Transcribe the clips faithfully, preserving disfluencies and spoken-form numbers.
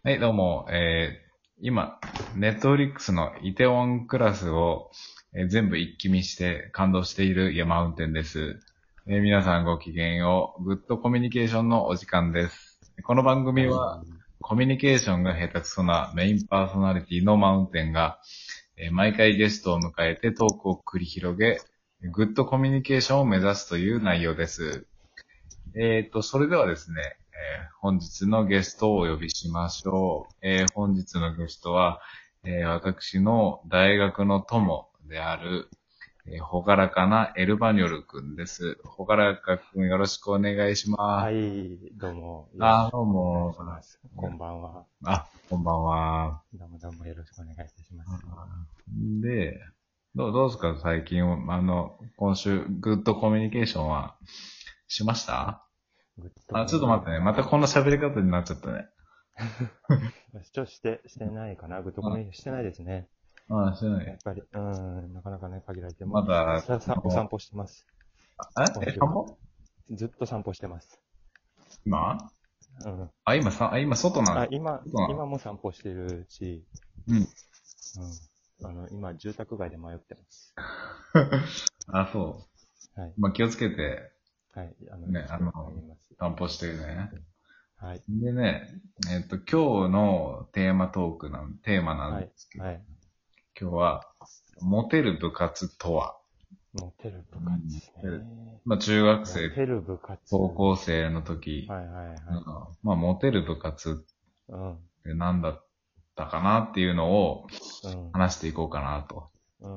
はい、どうも。えー、今、ネットフリックスのイテウォンクラスを、えー全部一気見して感動している山運転です。えー皆さんごきげんよう。グッドコミュニケーションのお時間です。この番組はい。 は、コミュニケーションが下手くそなメインパーソナリティのマウンテンが、えー毎回ゲストを迎えてトークを繰り広げ、グッドコミュニケーションを目指すという内容です。えっと、それではですね、えー本日のゲストをお呼びしましょう。えー本日のゲストは、えー私の大学の友である、えーほがらかなエルバニョルくんです。ほがらかくんよろしくお願いします。 はい、どうもよろあー、どうしくお願いも。 します。こんばんは。 あ、こんばんは。 どうもどうもよろしくお願いいたします。 で、どう、どうですか最近、あの、今週、グッドコミュニケーションはしました？ グッドあ、 コミュニケーション。 ちょっと待ってね。またこんな喋り方になっちゃったね。 主張して、してないかな。グッドコミュニケーションしてないですね。 ああ、してない。 やっぱり、うーん、なかなかね、限られても。 まだ、 さ、さ、お散あの、 歩してます。 あえ、 今週は。 散歩ずっと散歩してます。 今うん。 あ、今さ、あ、今外なあ、 の？ 今、 外なの？ 今も散歩してるし、 うん。 うん。あの、今、住宅街で迷ってます。 あ、そはい。 う。まあ、気をつけて、 はい。あの、 ね、あしての、 まいります。 散歩してるね。 はい。 でね、えっと、今日のテーマトークなん、テーマなんはい。 ですけど、 はい。 今日は、モテる部活とは？ モテる部活うん、モテる。 ね。 まあ、中学生、 モテる部活。 高校生の時、 はいはいはい。 なんかまあ、モテる部活うん。 って何だったかなっていうのをうん。 話していこうかなと。 うん。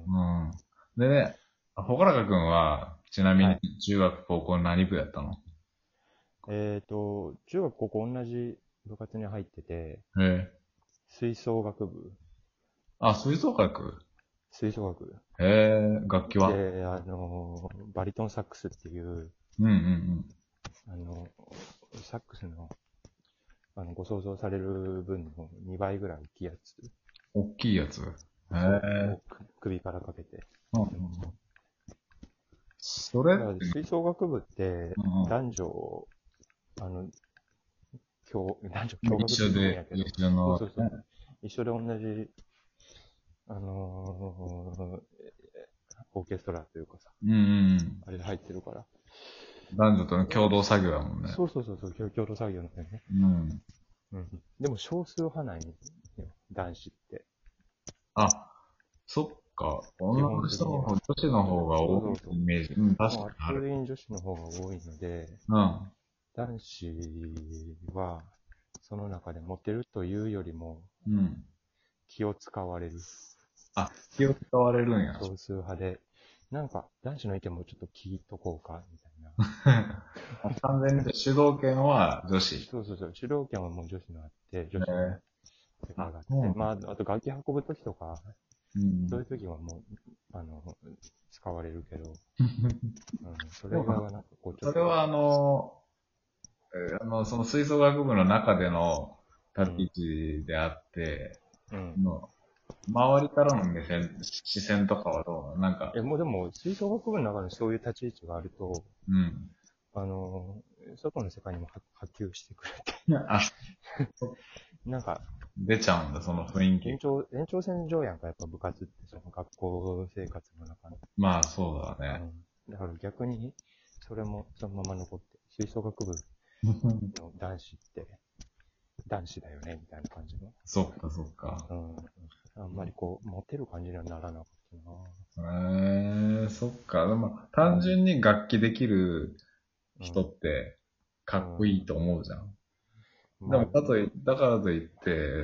うん。でね、ほからかくんは、ちなみにはい。 中学、高校何部やったの？ えっと、中学高校同じ部活に入ってて、 へえ。 吹奏楽部、 あ、吹奏楽？ 吹奏楽へえ、楽器は？ で、あの、バリトンサックスっていう、 うんうんうん。 あの、サックスの、あの、ご想像される分のにばいぐらい大きいやつ。 大きいやつ。へそう、 え。 をく首からかけてうんうんやってました。 うん。それっだからて、 吹奏楽部ってうんうん。 男女、あの、共、男女まあ共学って一緒で、 言ったら変やけど、 一緒の、 そうそうそう。 ね。 一緒で同じ、あのーオーケストラというかさ、 うんうんうん。 あれで入ってるから。 男女との共同作業だもんね。 そうそうそうそう、共共同作業のね。 うん。 うん。でも少数派なんよ、男子って。 あ、そっか。 基女の本的には。 人の方、女子の方が多いそうそうそイメージ。うん、 う。もう確かにある。 圧倒的に女子の方が多いので、 うん。 男子は、その中でモテるというよりもうん。 気を使われる。 あ、気を使われるんや。 少数派で、なんか男子の意見もちょっと聞いとこうか、みたいな。 完全に主導権は女子。 そうそうそう。主導権はもう女子のあって、女子のね。 世界あ、 があって、 そうなんだ。 まあ、あと楽器運ぶときとか、 うん。 そういうときはもう、あの、使われるけど、うん、そでもな、 れ以外はなんかこうちょっと、 それはあの、えーあの、その吹奏楽部の中での立ちうん、 位置であって、 うん。 の周りからの目線、視線とかはどうなの？なんか、 え、もうでも、吹奏楽部の中にそういう立ち位置があると、 うん。 あの、外の世界にも波波及してくれて、 あ、 なんか、 出ちゃうんだ、その雰囲気。 延長、延長線上やんか、やっぱ部活って、その学校生活の中の。 まあ、そうだね。 うん。だから逆に、それもそのまま残って、吹奏楽部の男子って、男子だよね、みたいな感じの。 そっか、そっか。 うん。あんまりこう、モテる感じにはならなかったな。 えー、そっか。でも、単純に楽器できる人っうん。 て、かうっこいいん。 と思うじゃん。でも、 まあ、 かとい、だからといって、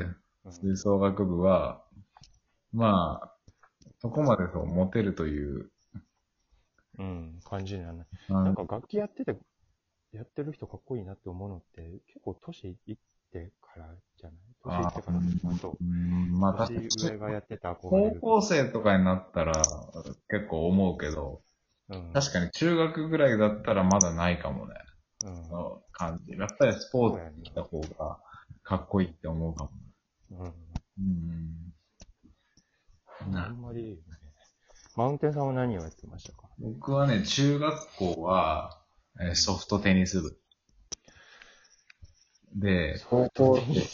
うん。 吹奏楽部は、まあ、そこまでそう、モテるという、 うん、感じにはない。 あなんか楽器やってて、やってる人かっこいいなって思うのって、結構年いってからじゃない？年いっあ、 てから、 うん、 そうん、まあう、 確かに、 年上がやってて憧れ高るとか。 校生とかになったら結構思うけど、 うん。 確かに中学ぐらいだったらまだないかもね。 うん。 その感じ。やっぱりスポーそうやんな。 ツ来た方がかっこいいって思うかも。 うん。 うん。 あんまり、ね、マウンテンさんは何をやってましたか？ 僕はね、中学校は、えーソフトテニス部。で、 ソフトテ高校生、 ニス。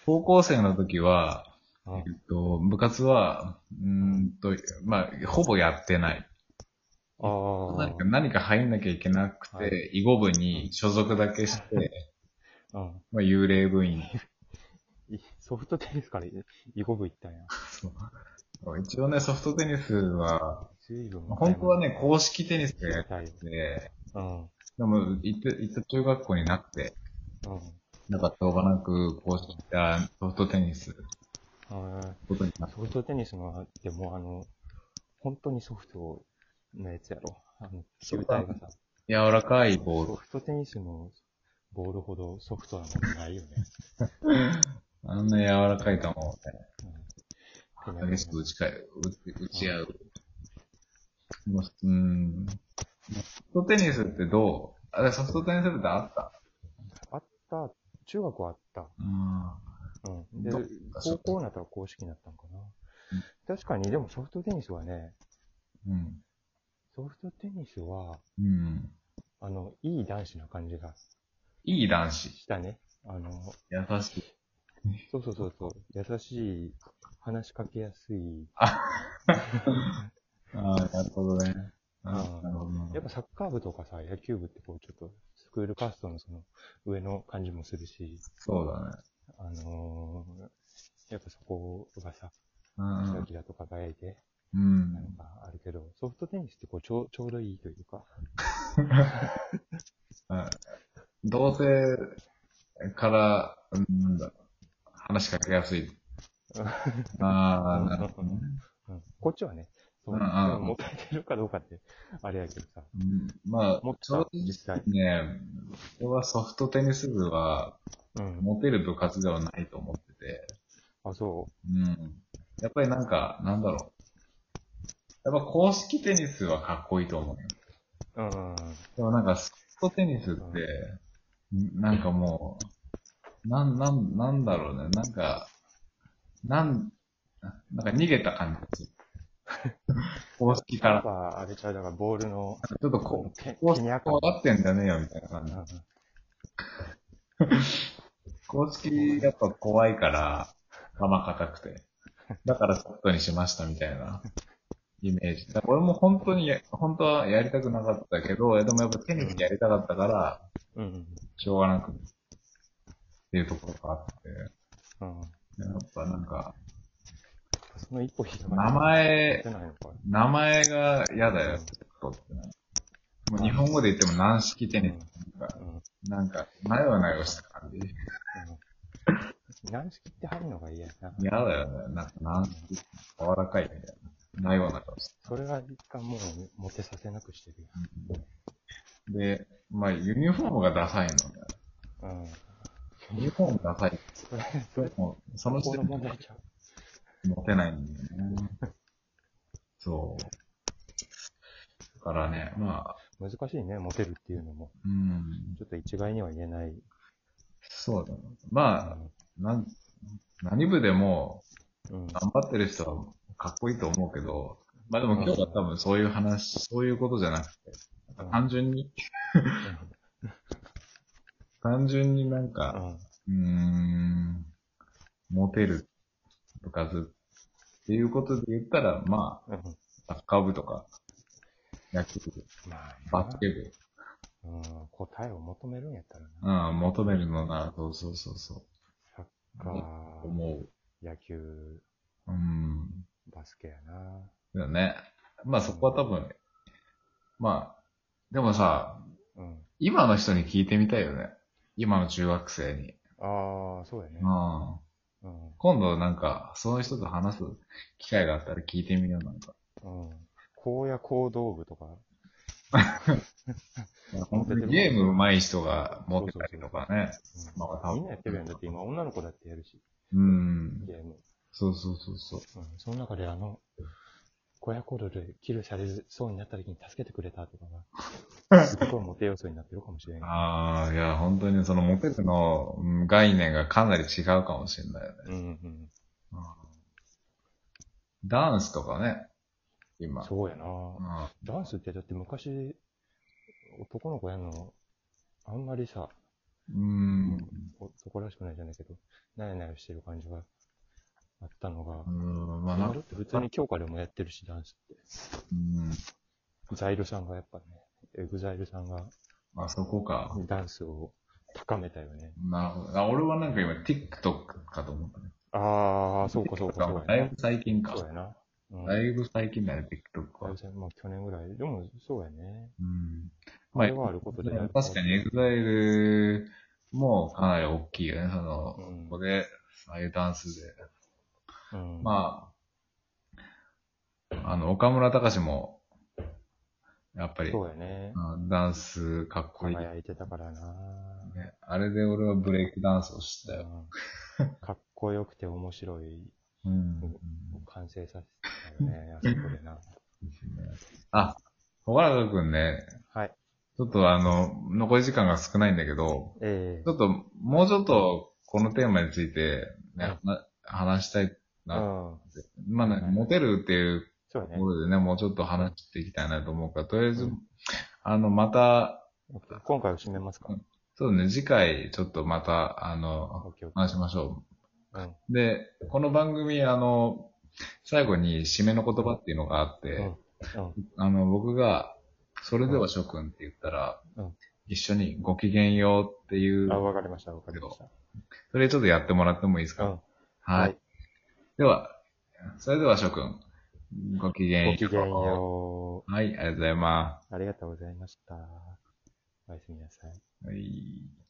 高校生の時は、 うんえっと、部活は、うーんと、まあ、ほぼやってない。 ああ、 何か、何か入んなきゃいけなくはいて、囲碁部に所属だけして、 うんまあ、幽霊部員。 いソフトテニスから囲碁部行ったんや。 そう一応ね、ソフトテニスは、 随分本当はね、公式テニスがやりたたいくて、 うん。うん。 でも、行った、行った中学校になくて、だからしょうがなく、公式、あソフトテニス、 あことになって。 ソフトテニスの、でもあの、本当にソフトのやつやろ。あの、球体がさ、 柔らかいボール。 ソフトテニスのボールほどソフトなものないよね。 あんな柔らかい球をね、 うん。 激しく打ちかえ、打打ち合う。もううーん。ソフトテニスってどうあれ、ソフトテニス部ってあったあった、中学はあった。 うん。 うん。でどっ、かそ高校になったら公式になったんかな。 うん確かに、でもソフトテニスはね、 うん。 ソフトテニスは、 うん。 あの、いい男子な感じがいい男子。 したね。あの、 優しい。 そうそうそうそう、優しい、話しかけやすい。 ああー、なるほどね。あうんなるほどなるほど。 やっぱサッカー部とかさ、野球部ってこう、ちょっと、スクールカーストのその、上の感じもするし、 そうだね。 あのー、やっぱそこがさ、 うん。 キラキラと輝いて、 うんなんかあるけど、ソフトテニスってこう、ちょう、ちょうどいいというか、 あ同性から、うんなんだ、話しかけやすい。ああ、なるほどね。 うん、こっちはね、そうう、 んうんでもモテてるかどうかって、あれやけどさ、 うんまあ、 持った正直実際。 ね、俺はソフトテニス部は、 うん。 モテる部活ではないと思ってて、 あ、そうん。やっぱりなんか、なんだろう。やっぱ公式テニスはかっこいいと思うよ。 う。うん。 でもなんかソフトテニスって、んなんかもう、なん、なん、なんだろうね。なんか、なん、なんか逃げた感じがする。公式かやっら。 ぱ、あれちゃう、だからボールの、 ちょっとこ手、 公式手に赤分かってんじゃねえよみたいな感じ。 うん。 公式やっぱ怖いから、甘硬くて。だからソフトにしましたみたいなイメージ。だから俺も本当にや、本当はやりたくなかったけど、でもやっぱテニスやりたかったから、 うん。 しょうがなくっていうところがあって。 うん。 やっぱなんか、 その一歩引か名前出ないのか。 名前が嫌だよ、ソフトってね。もう日本語で言っても軟式テニス。なんか、 うん。うん。 なんかなよなよした感じ。 軟式って入るのが嫌やな。 嫌だよね。なんか軟式、柔らかいみたいな。なような顔して。 それが一回もう、モテさせなくしてるで、まあ、ユニフォームがダサいのね。 よ。うん。 ユニフォームダサい。 それ、それ、 もうその時この点問題ちゃう。 でモテないんだよね。そう。だからね、まあ、 難しいね、モテるっていうのも。 うん、 ちょっと一概には言えない。 そうだね。まあ、なん何部でもうん。 頑張ってる人はかっこいいと思うけど、まあでも今日は多分そういう話、そういうことじゃなくて、 うん単純に、単純になんか、うーん、モテる部活っていうことで言ったら、まうん。うん。 あ、サッカー部とか、野球部、 まあ、 バスケ部、 うん、答えを求めるんやったらな。 うん、求めるのなら、そうそうそうそサッカう。 ー、 思う。 野球、 うん。 バスケやな。 だよね。まあそこは多分、まあ、でもさ、 うん。 今の人に聞いてみたいよね。今の中学生に。 ああ、そうやね。 うん。 うん。 今度なんか、その人と話す機会があったら聞いてみようなんか。 うん。荒野行動部とか。 本当にゲーム上手い人が持ってたりとかね。 うん、 まあ多分みんなやってるやん。だって今女の子だってやるし、 うん。 ゲーム。 そうそうそうそう。 うん。その中であの、荒野行動でキルされそうになった時に助けてくれたとかが、すごいモテ要素になってるかもしれない。 ああ、いや、本当にそのモテるのうん概念がかなり違うかもしれないよね。 うんうん。 うんダンスとかね、今。 そうやな、 うんダンスってだって昔、男の子やるの、あんまりさ、 うん。 男らしくないじゃないけど、なやなやしてる感じがあったのが、 うん、まあ、 今だって普通に強化でもやってるし、ダンスって。 うん。 ザイルさんがやっぱね、エグザイルさんがあそこか。 ダンスを高めたよね。 なるほど。あ、俺はなんか今 TikTok かと思ったね。 ああ、そうかそうかそうやだいぶな。 最近か。 そうやな。うん。 だいぶ最近だね、TikTok は。 だいぶまあ去年ぐらい。でも、そうやね。 うん。 あれはあることでだいぶ確かに EXILE もかなり大きいよね、その、 うんここで、ああいうダンスで。 うん。 まあ、あの、岡村隆史も、やっぱり、 そうやね。 うんダンスかっこいい、ね。 輝いてたからな。 あれで俺はブレイクダンスをしたよ。 うんかっこよくて面白い、 うん。 完成させたよね、あそこでな。 あ、小原くんね、 はい。 ちょっとあの、残り時間が少ないんだけど、 ええちょっと、もうちょっと、このテーマについて、ね、な話したいな。 うん。 まあね、モテるっていうそうやねとこ。ろでね、もうちょっと話していきたいなと思うから、とりあえず、 うんあの、また、 今回を締めますか。 そうね、次回、ちょっとまた、あのオッケーオッケー話しましょうん。 う。で、この番組、あの、最後に締めの言葉っていうのがあって、 うん。うん。 あの、僕が、それでは諸君って言ったら、 うん一緒にごきげんようっていう、 あ、わかりました、わかりました。 それちょっとやってもらってもいいですか、 うん。 はい。 はいでは、それでは諸君、ごきげんよう。 ごきげんよはい、ありがとうございまう。ありがとうございました。おやすみなさい。 す。はい